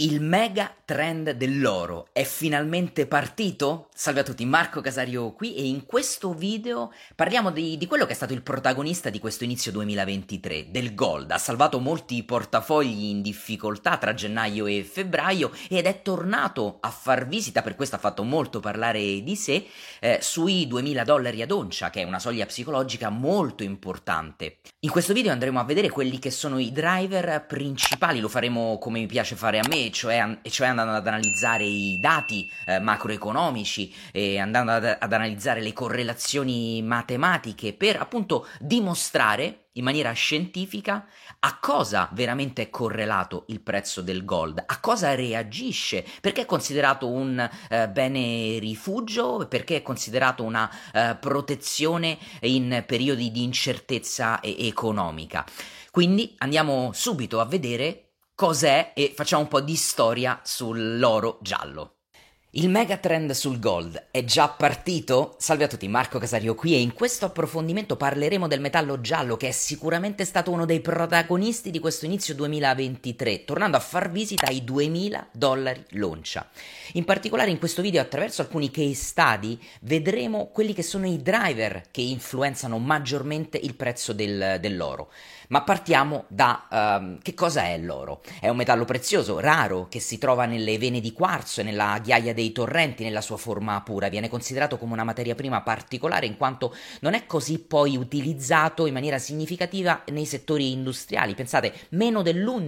Il mega trend dell'oro è finalmente partito? Salve a tutti, Marco Casario qui e in questo video parliamo di quello che è stato il protagonista di questo inizio 2023, del gold. Ha salvato molti portafogli in difficoltà tra gennaio e febbraio ed è tornato a far visita, per questo ha fatto molto parlare di sé, sui $2000 ad oncia, che è una soglia psicologica molto importante. In questo video andremo a vedere quelli che sono i driver principali, lo faremo come mi piace fare a me, cioè andando ad analizzare i dati macroeconomici e andando ad analizzare le correlazioni matematiche per appunto dimostrare in maniera scientifica a cosa veramente è correlato il prezzo del gold, a cosa reagisce, perché è considerato un bene rifugio, perché è considerato una protezione in periodi di incertezza economica. Quindi andiamo subito a vedere cos'è e facciamo un po' di storia sull'oro giallo. Il megatrend sul gold è già partito? Salve a tutti, Marco Casario qui e in questo approfondimento parleremo del metallo giallo che è sicuramente stato uno dei protagonisti di questo inizio 2023, tornando a far visita ai $2000 l'oncia. In particolare in questo video attraverso alcuni case study vedremo quelli che sono i driver che influenzano maggiormente il prezzo dell'oro. Ma partiamo da che cosa è l'oro? È un metallo prezioso, raro, che si trova nelle vene di quarzo e nella ghiaia dei torrenti nella sua forma pura. Viene considerato come una materia prima particolare in quanto non è così poi utilizzato in maniera significativa nei settori industriali. Pensate, meno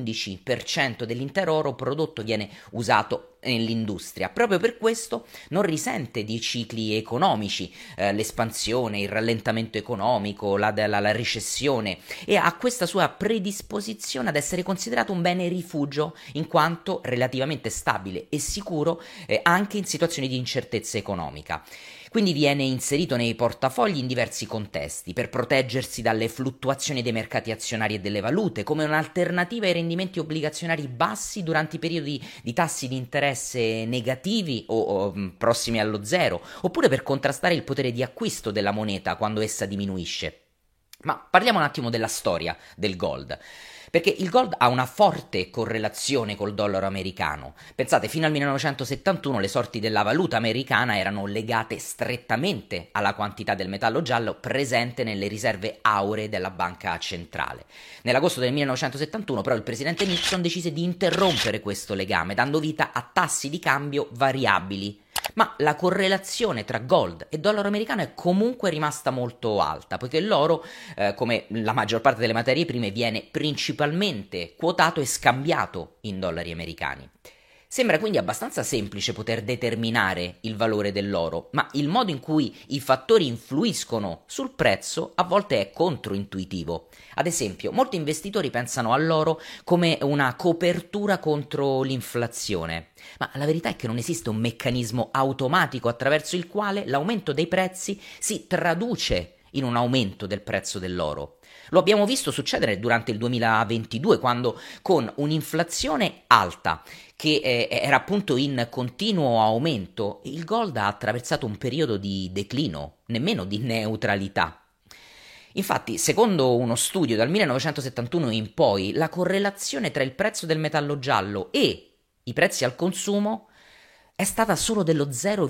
dell'11% dell'intero oro prodotto viene usato nell'industria. Proprio per questo non risente di cicli economici, l'espansione, il rallentamento economico, la recessione, e ha questa sua predisposizione ad essere considerato un bene rifugio in quanto relativamente stabile e sicuro anche in situazioni di incertezza economica. Quindi viene inserito nei portafogli in diversi contesti per proteggersi dalle fluttuazioni dei mercati azionari e delle valute, come un'alternativa ai rendimenti obbligazionari bassi durante i periodi di tassi di interesse negativi o prossimi allo zero, oppure per contrastare il potere di acquisto della moneta quando essa diminuisce. Ma parliamo un attimo della storia del gold. Perché il gold ha una forte correlazione col dollaro americano. Pensate, fino al 1971 le sorti della valuta americana erano legate strettamente alla quantità del metallo giallo presente nelle riserve auree della banca centrale. Nell'agosto del 1971 però il presidente Nixon decise di interrompere questo legame, dando vita a tassi di cambio variabili. Ma la correlazione tra gold e dollaro americano è comunque rimasta molto alta, poiché l'oro, come la maggior parte delle materie prime, viene principalmente quotato e scambiato in dollari americani. Sembra quindi abbastanza semplice poter determinare il valore dell'oro, ma il modo in cui i fattori influiscono sul prezzo a volte è controintuitivo. Ad esempio, molti investitori pensano all'oro come una copertura contro l'inflazione, ma la verità è che non esiste un meccanismo automatico attraverso il quale l'aumento dei prezzi si traduce in un aumento del prezzo dell'oro. Lo abbiamo visto succedere durante il 2022, quando con un'inflazione alta che era appunto in continuo aumento, il gold ha attraversato un periodo di declino, nemmeno di neutralità. Infatti, secondo uno studio dal 1971 in poi, la correlazione tra il prezzo del metallo giallo e i prezzi al consumo è stata solo dello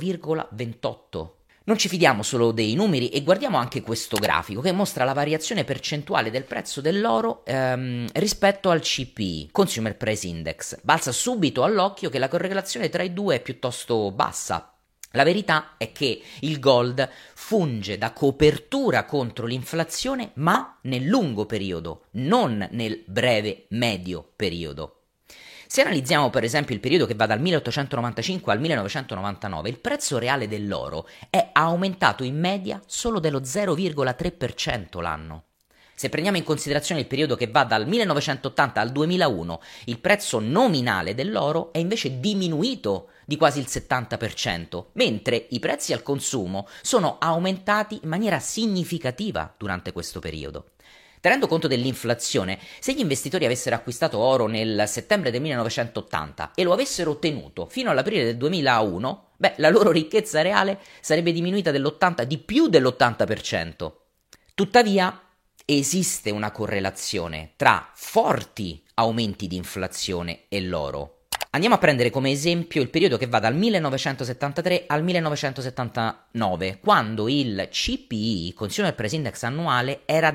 0,28. Non ci fidiamo solo dei numeri e guardiamo anche questo grafico che mostra la variazione percentuale del prezzo dell'oro rispetto al CPI, Consumer Price Index. Balza subito all'occhio che la correlazione tra i due è piuttosto bassa. La verità è che il gold funge da copertura contro l'inflazione, ma nel lungo periodo, non nel breve-medio periodo. Se analizziamo per esempio il periodo che va dal 1895 al 1999, il prezzo reale dell'oro è aumentato in media solo dello 0,3% l'anno. Se prendiamo in considerazione il periodo che va dal 1980 al 2001, il prezzo nominale dell'oro è invece diminuito di quasi il 70%, mentre i prezzi al consumo sono aumentati in maniera significativa durante questo periodo. Tenendo conto dell'inflazione, se gli investitori avessero acquistato oro nel settembre del 1980 e lo avessero tenuto fino all'aprile del 2001, la loro ricchezza reale sarebbe diminuita di più dell'80%. Tuttavia, esiste una correlazione tra forti aumenti di inflazione e l'oro. Andiamo a prendere come esempio il periodo che va dal 1973 al 1979, quando il CPI, Consumer Price Index annuale, era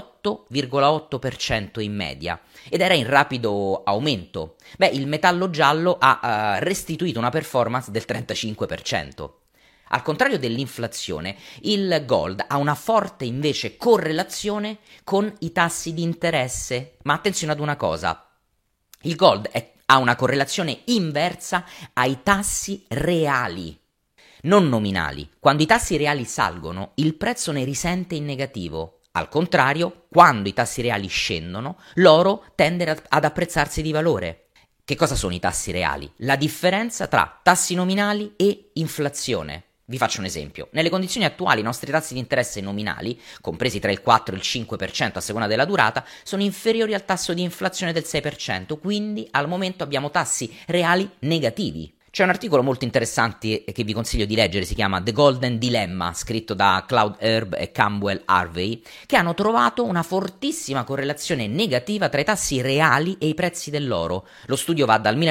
dell'8,8% in media ed era in rapido aumento. Il metallo giallo ha restituito una performance del 35%. Al contrario dell'inflazione, il gold ha una forte invece correlazione con i tassi di interesse. Ma attenzione ad una cosa, il gold ha una correlazione inversa ai tassi reali, non nominali. Quando i tassi reali salgono, il prezzo ne risente in negativo. Al contrario, quando i tassi reali scendono, l'oro tende ad apprezzarsi di valore. Che cosa sono i tassi reali? La differenza tra tassi nominali e inflazione. Vi faccio un esempio. Nelle condizioni attuali i nostri tassi di interesse nominali, compresi tra il 4 e il 5% a seconda della durata, sono inferiori al tasso di inflazione del 6%, quindi al momento abbiamo tassi reali negativi. C'è un articolo molto interessante che vi consiglio di leggere, si chiama The Golden Dilemma, scritto da Claude Herb e Campbell Harvey, che hanno trovato una fortissima correlazione negativa tra i tassi reali e i prezzi dell'oro. Lo studio va dal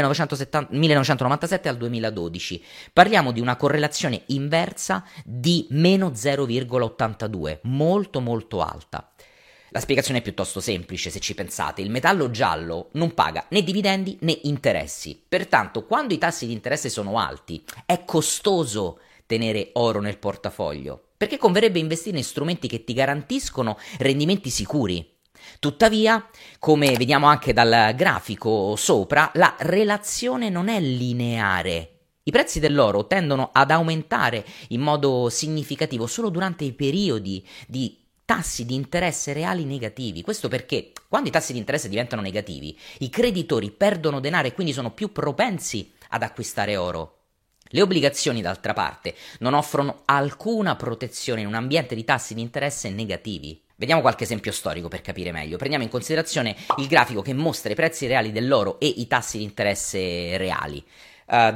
1997 al 2012. Parliamo di una correlazione inversa di meno 0,82, molto molto alta. La spiegazione è piuttosto semplice, se ci pensate. Il metallo giallo non paga né dividendi né interessi. Pertanto, quando i tassi di interesse sono alti, è costoso tenere oro nel portafoglio, perché converrebbe investire in strumenti che ti garantiscono rendimenti sicuri. Tuttavia, come vediamo anche dal grafico sopra, la relazione non è lineare. I prezzi dell'oro tendono ad aumentare in modo significativo solo durante i periodi di tassi di interesse reali negativi. Questo perché quando i tassi di interesse diventano negativi, i creditori perdono denaro e quindi sono più propensi ad acquistare oro. Le obbligazioni, d'altra parte, non offrono alcuna protezione in un ambiente di tassi di interesse negativi. Vediamo qualche esempio storico per capire meglio. Prendiamo in considerazione il grafico che mostra i prezzi reali dell'oro e i tassi di interesse reali, dal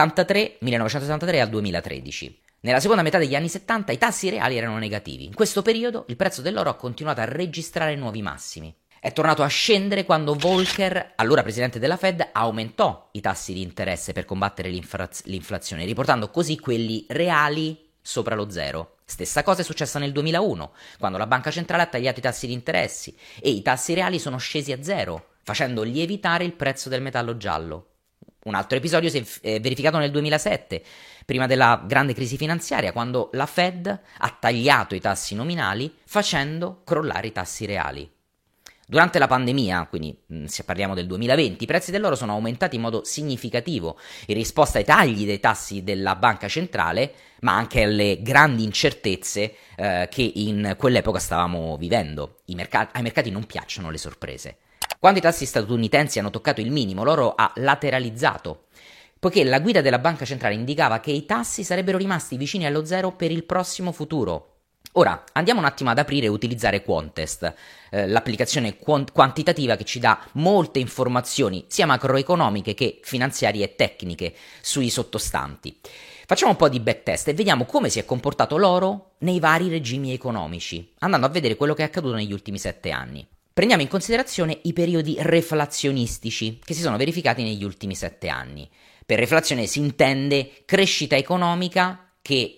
1973 al 2013. Nella seconda metà degli anni 70 i tassi reali erano negativi. In questo periodo il prezzo dell'oro ha continuato a registrare nuovi massimi. È tornato a scendere quando Volcker, allora presidente della Fed, aumentò i tassi di interesse per combattere l'inflazione, riportando così quelli reali sopra lo zero. Stessa cosa è successa nel 2001, quando la banca centrale ha tagliato i tassi di interessi e i tassi reali sono scesi a zero, facendo lievitare il prezzo del metallo giallo. Un altro episodio si è verificato nel 2007, prima della grande crisi finanziaria, quando la Fed ha tagliato i tassi nominali facendo crollare i tassi reali. Durante la pandemia, quindi se parliamo del 2020, i prezzi dell'oro sono aumentati in modo significativo in risposta ai tagli dei tassi della banca centrale, ma anche alle grandi incertezze che in quell'epoca stavamo vivendo. Ai mercati non piacciono le sorprese. Quando i tassi statunitensi hanno toccato il minimo, l'oro ha lateralizzato, poiché la guida della banca centrale indicava che i tassi sarebbero rimasti vicini allo zero per il prossimo futuro. Ora, andiamo un attimo ad aprire e utilizzare Quantest, l'applicazione quantitativa che ci dà molte informazioni, sia macroeconomiche che finanziarie e tecniche, sui sottostanti. Facciamo un po' di backtest e vediamo come si è comportato l'oro nei vari regimi economici, andando a vedere quello che è accaduto negli ultimi 7 anni. Prendiamo in considerazione i periodi reflazionistici che si sono verificati negli ultimi 7 anni. Per reflazione si intende crescita economica che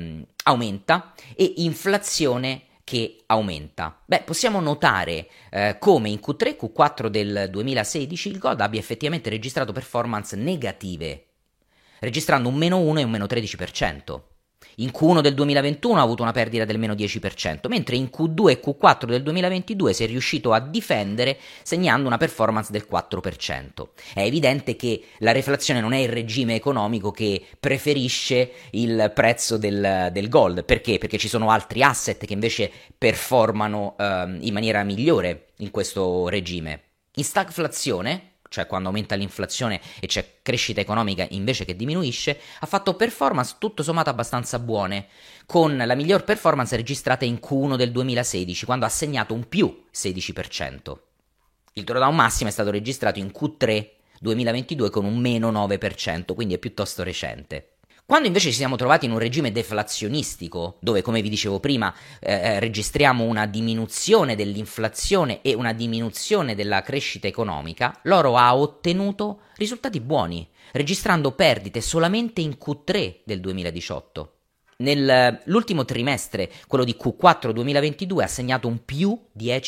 aumenta e inflazione che aumenta. Possiamo notare come in Q3 e Q4 del 2016 il gold abbia effettivamente registrato performance negative, registrando un meno 1 e un meno 13%. In Q1 del 2021 ha avuto una perdita del meno 10%, mentre in Q2 e Q4 del 2022 si è riuscito a difendere segnando una performance del 4%. È evidente che la reflazione non è il regime economico che preferisce il prezzo del gold. Perché? Perché ci sono altri asset che invece performano in maniera migliore in questo regime. In stagflazione, cioè quando aumenta l'inflazione e c'è crescita economica invece che diminuisce, ha fatto performance tutto sommato abbastanza buone, con la miglior performance registrata in Q1 del 2016, quando ha segnato un più 16%. Il drawdown massimo è stato registrato in Q3 2022 con un meno 9%, quindi è piuttosto recente. Quando invece ci siamo trovati in un regime deflazionistico, dove, come vi dicevo prima, registriamo una diminuzione dell'inflazione e una diminuzione della crescita economica, l'oro ha ottenuto risultati buoni, registrando perdite solamente in Q3 del 2018. Nell'ultimo trimestre, quello di Q4 2022, ha segnato un più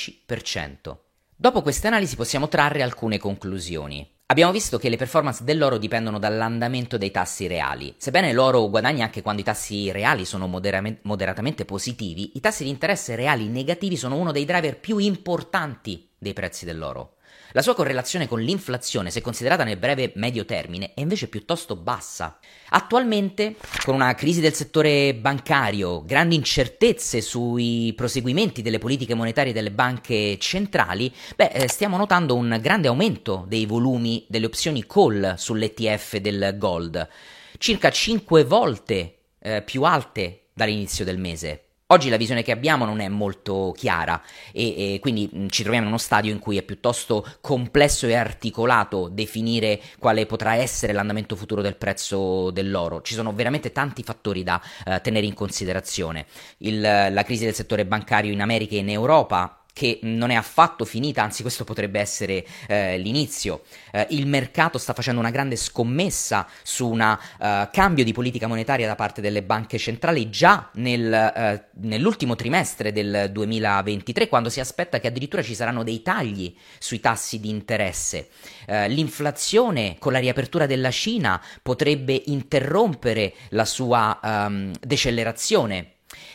10%. Dopo queste analisi possiamo trarre alcune conclusioni. Abbiamo visto che le performance dell'oro dipendono dall'andamento dei tassi reali. Sebbene l'oro guadagni anche quando i tassi reali sono moderatamente positivi, i tassi di interesse reali negativi sono uno dei driver più importanti dei prezzi dell'oro. La sua correlazione con l'inflazione, se considerata nel breve medio termine, è invece piuttosto bassa. Attualmente, con una crisi del settore bancario, grandi incertezze sui proseguimenti delle politiche monetarie delle banche centrali, stiamo notando un grande aumento dei volumi delle opzioni call sull'ETF del gold, circa 5 volte più alte dall'inizio del mese. Oggi la visione che abbiamo non è molto chiara e quindi ci troviamo in uno stadio in cui è piuttosto complesso e articolato definire quale potrà essere l'andamento futuro del prezzo dell'oro. Ci sono veramente tanti fattori da tenere in considerazione. La crisi del settore bancario in America e in Europa, che non è affatto finita, anzi questo potrebbe essere l'inizio. Il mercato sta facendo una grande scommessa su un cambio di politica monetaria da parte delle banche centrali già nell'ultimo trimestre del 2023, quando si aspetta che addirittura ci saranno dei tagli sui tassi di interesse. L'inflazione con la riapertura della Cina potrebbe interrompere la sua decelerazione.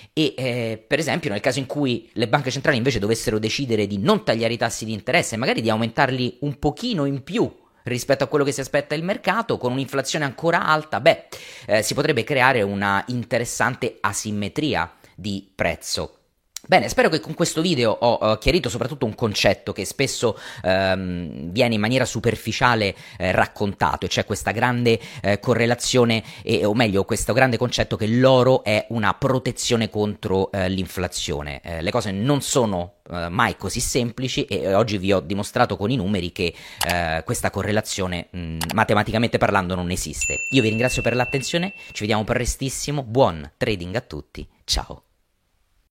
E per esempio nel caso in cui le banche centrali invece dovessero decidere di non tagliare i tassi di interesse e magari di aumentarli un pochino in più rispetto a quello che si aspetta il mercato, con un'inflazione ancora alta, si potrebbe creare una interessante asimmetria di prezzo. Bene, spero che con questo video ho chiarito soprattutto un concetto che spesso viene in maniera superficiale raccontato, e cioè questa grande correlazione, o meglio questo grande concetto che l'oro è una protezione contro l'inflazione. Le cose non sono mai così semplici e oggi vi ho dimostrato con i numeri che questa correlazione matematicamente parlando non esiste. Io vi ringrazio per l'attenzione, ci vediamo prestissimo, buon trading a tutti, ciao!